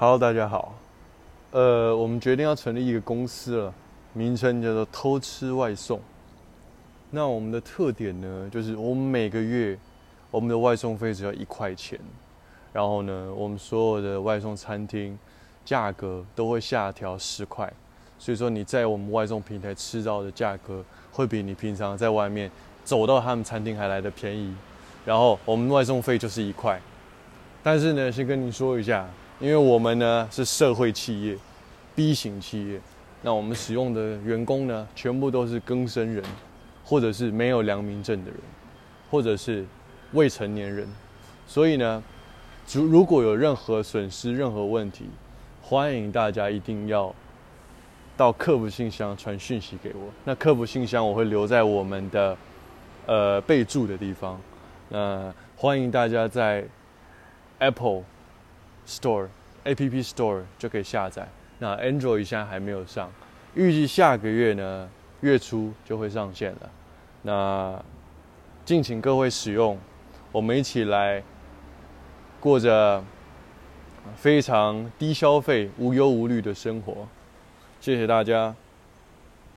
Hello，大家好。我们决定要成立一个公司了，名称叫做偷吃外送。那我们的特点呢，就是我们每个月我们的外送费只要1块钱，然后呢，我们所有的外送餐厅价格都会下调10块，所以说你在我们外送平台吃到的价格会比你平常在外面走到他们餐厅还来的便宜。然后我们外送费就是1块，但是呢，先跟你说一下。因为我们呢是社会企业 B 型企业，那我们使用的员工呢，全部都是更生人，或者是没有良民证的人，或者是未成年人。所以呢，如果有任何损失、任何问题，欢迎大家一定要到客服信箱传讯息给我。那客服信箱我会留在我们的备注的地方。那欢迎大家在 Apple Store、App Store 就可以下载。那 Android 现在还没有上，预计下个月呢月初就会上线了。那敬请各位使用，我们一起来过着非常低消费、无忧无虑的生活。谢谢大家。